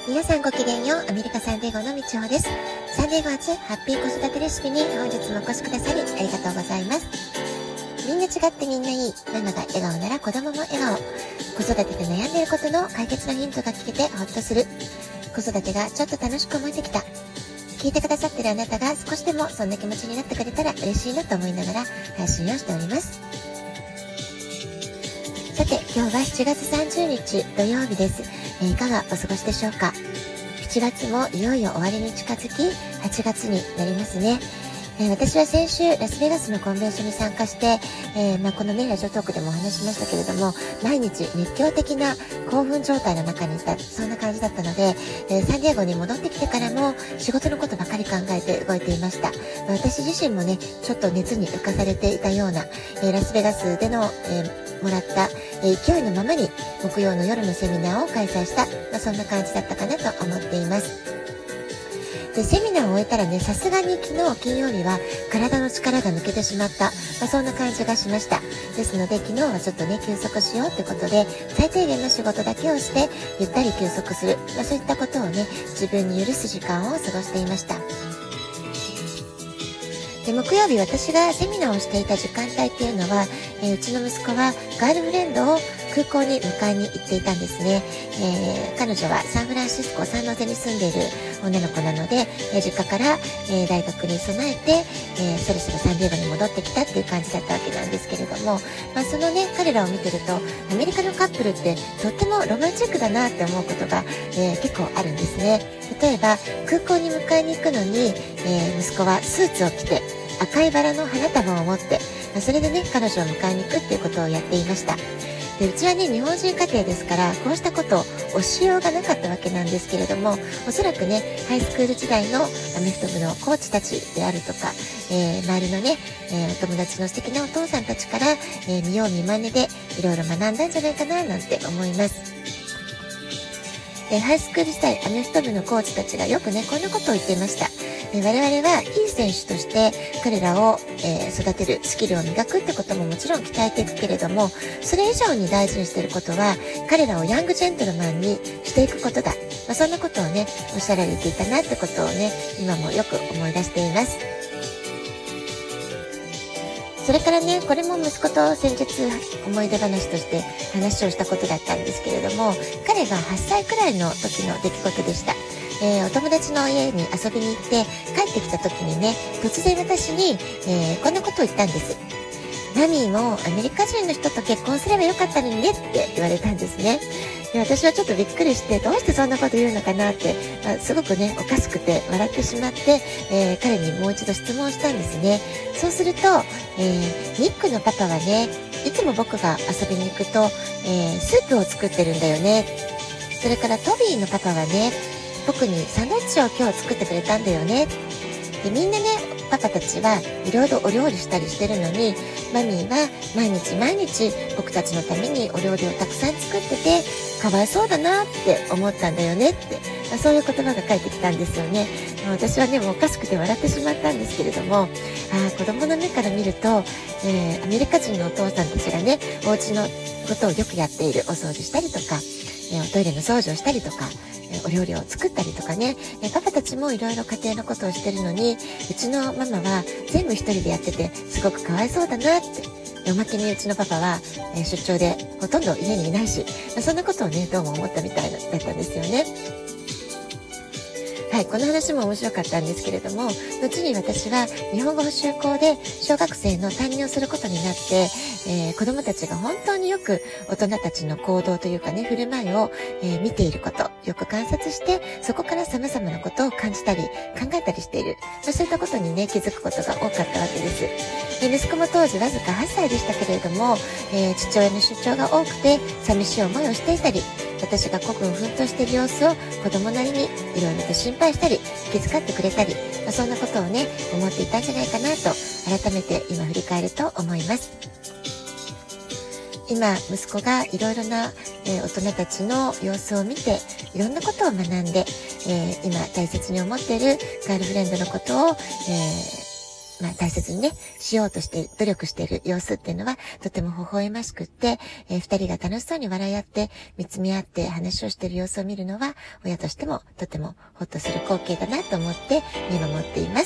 皆さんごきげんよう。アメリカサンディエゴのみちほです。サンディエゴ発ハッピー子育てレシピに本日もお越しくださりありがとうございます。みんな違ってみんないい。ママが笑顔なら子供も笑顔。子育てで悩んでいることの解決のヒントが聞けてほっとする。子育てがちょっと楽しく思えてきた。聞いてくださってるあなたが少しでもそんな気持ちになってくれたら嬉しいなと思いながら配信をしております。さて、今日は7月30日土曜日です。いかがお過ごしでしょうか。7月もいよいよ終わりに近づき8月になりますね。私は先週ラスベガスのコンベンションに参加して、このねラジオトークでもお話しましたけれども、毎日熱狂的な興奮状態の中にいた、そんな感じだったので、サンディエゴに戻ってきてからも仕事のことばかり考えて動いていました。私自身もねちょっと熱に浮かされていたような、ラスベガスでの、もらった勢いのままに木曜の夜のセミナーを開催した、そんな感じだったかなと思っています。でセミナーを終えたらね、さすがに昨日金曜日は体の力が抜けてしまった、そんな感じがしました。ですので昨日はちょっとね休息しようってことで、最低限の仕事だけをしてゆったり休息する、そういったことをね自分に許す時間を過ごしていました。で木曜日、私がセミナーをしていた時間帯っていうのは、うちの息子はガールフレンドを空港に迎えに行っていたんですね。彼女はサンフランシスコサンノゼに住んでいる女の子なので、実家から、大学に備えて、そろそろサンディエゴに戻ってきたっていう感じだったわけなんですけれども、そのね彼らを見てるとアメリカのカップルってとってもロマンチックだなって思うことが、結構あるんですね。例えば空港に迎えに行くのに、息子はスーツを着て赤いバラの花束を持って、それでね彼女を迎えに行くっていうことをやっていました。でうちはね日本人家庭ですから、こうしたことを教えようがなかったわけなんですけれども、おそらくねハイスクール時代のアメフト部のコーチたちであるとか、周りのね、お友達の素敵なお父さんたちから、見よう見まねでいろいろ学んだんじゃないかななんて思います。ハイスクール時代アメフト部のコーチたちがよくねこんなことを言っていました。我々はいい選手として彼らを、育てるスキルを磨くってことももちろん鍛えていくけれども、それ以上に大事にしていることは彼らをヤングジェントルマンにしていくことだ、そんなことをねおっしゃられていたなってことをね今もよく思い出しています。それからね、これも息子と先日思い出話として話をしたことだったんですけれども、彼が8歳くらいの時の出来事でした。お友達の家に遊びに行って帰ってきた時にね、突然私に、こんなことを言ったんです。マミーもアメリカ人の人と結婚すればよかったのにねって言われたんですね。で私はちょっとびっくりして、どうしてそんなこと言うのかなって、すごくねおかしくて笑ってしまって、彼にもう一度質問したんですね。そうすると、ニックのパパはねいつも僕が遊びに行くと、スープを作ってるんだよね。それからトビーのパパはね僕にサンドイッチを今日作ってくれたんだよね。でみんなねパパたちはいろいろお料理したりしてるのに、マミーは毎日毎日僕たちのためにお料理をたくさん作っててかわいそうだなって思ったんだよねって、そういう言葉が返ってきたんですよね。私はねもうおかしくて笑ってしまったんですけれども、子供の目から見ると、アメリカ人のお父さんたちがねお家のことをよくやっている、お掃除したりとか、おトイレの掃除をしたりとか、お料理を作ったりとかね、パパたちもいろいろ家庭のことをしてるのに、うちのママは全部一人でやっててすごくかわいそうだなって。おまけにうちのパパは、出張でほとんど家にいないし、そんなことをねどうも思ったみたいだったんですよね。はい、この話も面白かったんですけれども、後に私は日本語補習校で小学生の担任をすることになって、子どもたちが本当によく大人たちの行動というかね振る舞いを、見ていること、よく観察して、そこから様々なことを感じたり考えたりしている、そういったことにね気づくことが多かったわけです。息子も当時わずか8歳でしたけれども、父親の出張が多くて寂しい思いをしていたり、私が孤軍奮闘している様子を子供なりにいろいろと心配したり気遣ってくれたり、そんなことをね思っていたんじゃないかなと改めて今振り返ると思います。今息子がいろいろな、大人たちの様子を見ていろんなことを学んで、今大切に思っているガールフレンドのことを、 大切にね、しようとして努力している様子っていうのはとても微笑ましくって、二人が楽しそうに笑い合って見つめ合って話をしている様子を見るのは、親としてもとてもほっとする光景だなと思って見守っています。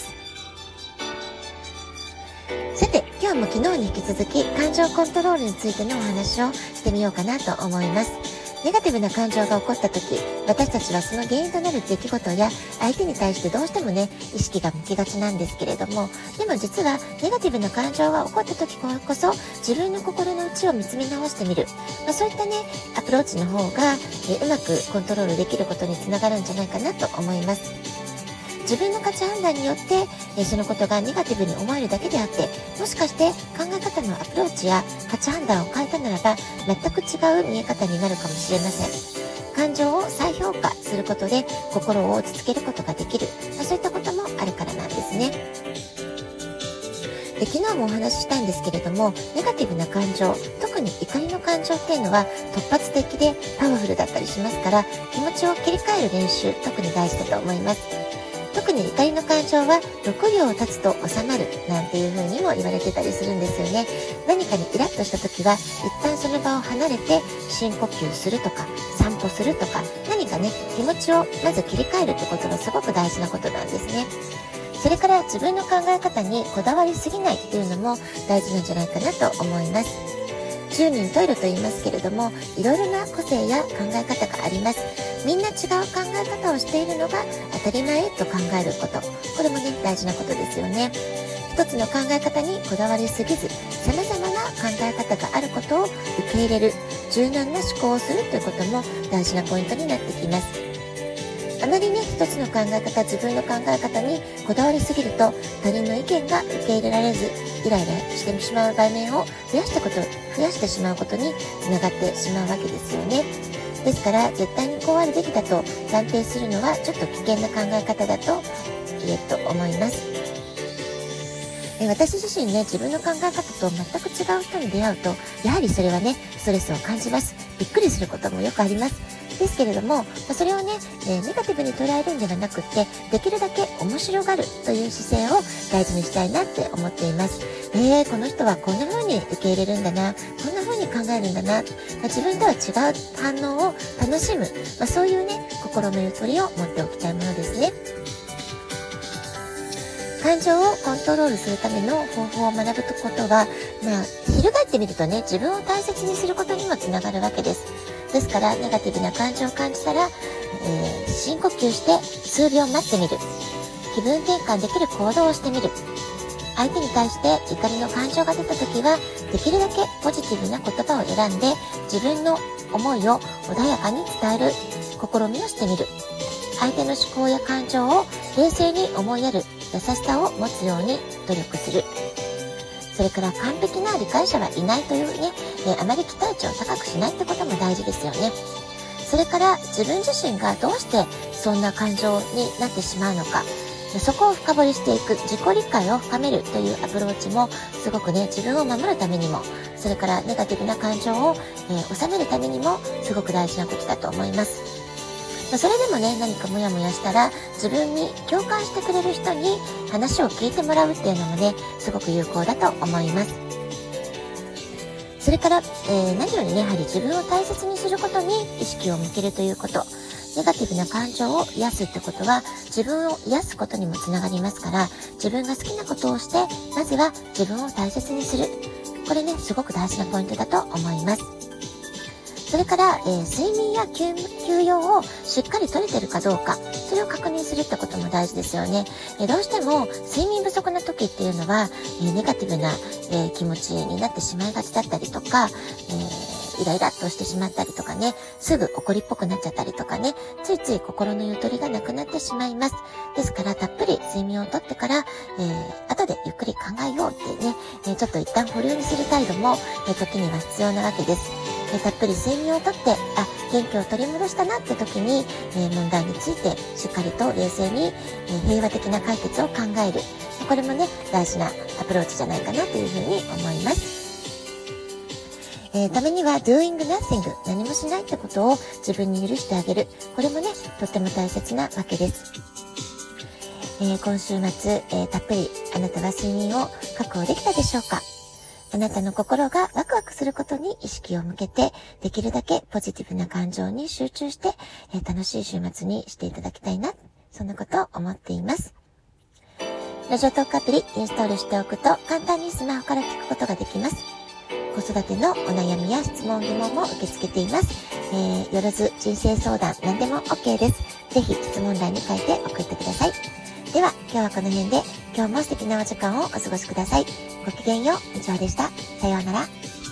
さて、今日も昨日に引き続き感情コントロールについてのお話をしてみようかなと思います。ネガティブな感情が起こった時、私たちはその原因となる出来事や相手に対してどうしてもね、意識が向きがちなんですけれども、でも実はネガティブな感情が起こった時こそ自分の心の内を見つめ直してみる、そういったね、アプローチの方が、うまくコントロールできることにつながるんじゃないかなと思います。自分の価値判断によって、そのことがネガティブに思えるだけであって、もしかして考え方のアプローチや価値判断を変えたならば全く違う見え方になるかもしれません。感情を再評価することで心を落ち着けることができる、そういったこともあるからなんですね。で、昨日もお話ししたんですけれども、ネガティブな感情、特に怒りの感情っていうのは突発的でパワフルだったりしますから、気持ちを切り替える練習、特に大事だと思います。特に怒りの感情は6秒経つと収まるなんていう風にも言われてたりするんですよね。何かにイラッとした時は一旦その場を離れて深呼吸するとか散歩するとか、何かね、気持ちをまず切り替えるってことがすごく大事なことなんですね。それから自分の考え方にこだわりすぎないっていうのも大事なんじゃないかなと思います。十人十色と言いますけれども、いろいろな個性や考え方があります。みんな違う考え方をしているのが当たり前と考えること、これもね、大事なことですよね。一つの考え方にこだわりすぎず、様々な考え方があることを受け入れる、柔軟な思考をするということも大事なポイントになってきます。あまりね、一つの考え方、自分の考え方にこだわりすぎると他人の意見が受け入れられず、イライラしてしまう場面を増やしてしまうことにつながってしまうわけですよね。ですから絶対にこうあるべきだと断定するのはちょっと危険な考え方だと思います。私自身ね、自分の考え方と全く違う人に出会うと、やはりそれはね、ストレスを感じます。びっくりすることもよくあります。ですけれども、それをね、ネガティブに捉えるんではなくって、できるだけ面白がるという姿勢を大事にしたいなって思っています。この人はこんな風に受け入れるんだな、こんな風に考えるんだな、自分とは違う反応を楽しむ、そういうね、心のゆとりを持っておきたいものですね。感情をコントロールするための方法を学ぶことは、翻ってみるとね、自分を大切にすることにもつながるわけです。ですから、ネガティブな感情を感じたら、深呼吸して数秒待ってみる。気分転換できる行動をしてみる。相手に対して怒りの感情が出た時は、できるだけポジティブな言葉を選んで、自分の思いを穏やかに伝える試みをしてみる。相手の思考や感情を冷静に思いやる優しさを持つように努力する。それから完璧な理解者はいないというね、あまり期待値を高くしないってことも大事ですよね。それから自分自身がどうしてそんな感情になってしまうのか、そこを深掘りしていく、自己理解を深めるというアプローチもすごくね、自分を守るためにも、それからネガティブな感情を、収めるためにもすごく大事なことだと思います。それでもね、何かモヤモヤしたら自分に共感してくれる人に話を聞いてもらうっていうのもね、すごく有効だと思います。それから、何よりね、やはり自分を大切にすることに意識を向けるということ。ネガティブな感情を癒すってことは自分を癒すことにもつながりますから、自分が好きなことをしてまずは自分を大切にする、これね、すごく大事なポイントだと思います。それから、睡眠や休養をしっかりとれてるかどうか、それを確認するってことも大事ですよね。どうしても睡眠不足な時っていうのは、ネガティブな、気持ちになってしまいがちだったりとか、イライラっとしてしまったりとかね、すぐ怒りっぽくなっちゃったりとかね、ついつい心のゆとりがなくなってしまいます。ですからたっぷり睡眠をとってから、後でゆっくり考えようってね、ちょっと一旦保留にする態度も、時には必要なわけです。たっぷり睡眠をとって、元気を取り戻したなって時に、問題についてしっかりと冷静に、平和的な解決を考える。これもね、大事なアプローチじゃないかなというふうに思います。ためには doing nothing、 何もしないってことを自分に許してあげる。これもね、とっても大切なわけです。 今週末、たっぷりあなたは睡眠を確保できたでしょうか？あなたの心がワクワクすることに意識を向けて、できるだけポジティブな感情に集中して、楽しい週末にしていただきたいな、そんなことを思っています。ラジオトークアプリインストールしておくと簡単にスマホから聞くことができます。子育てのお悩みや質問疑問も受け付けています。よろず人生相談何でも OK です。ぜひ質問欄に書いて送ってください。では今日はこの辺で、今日も素敵なお時間をお過ごしください。ごきげんよう。以上でした。さようなら。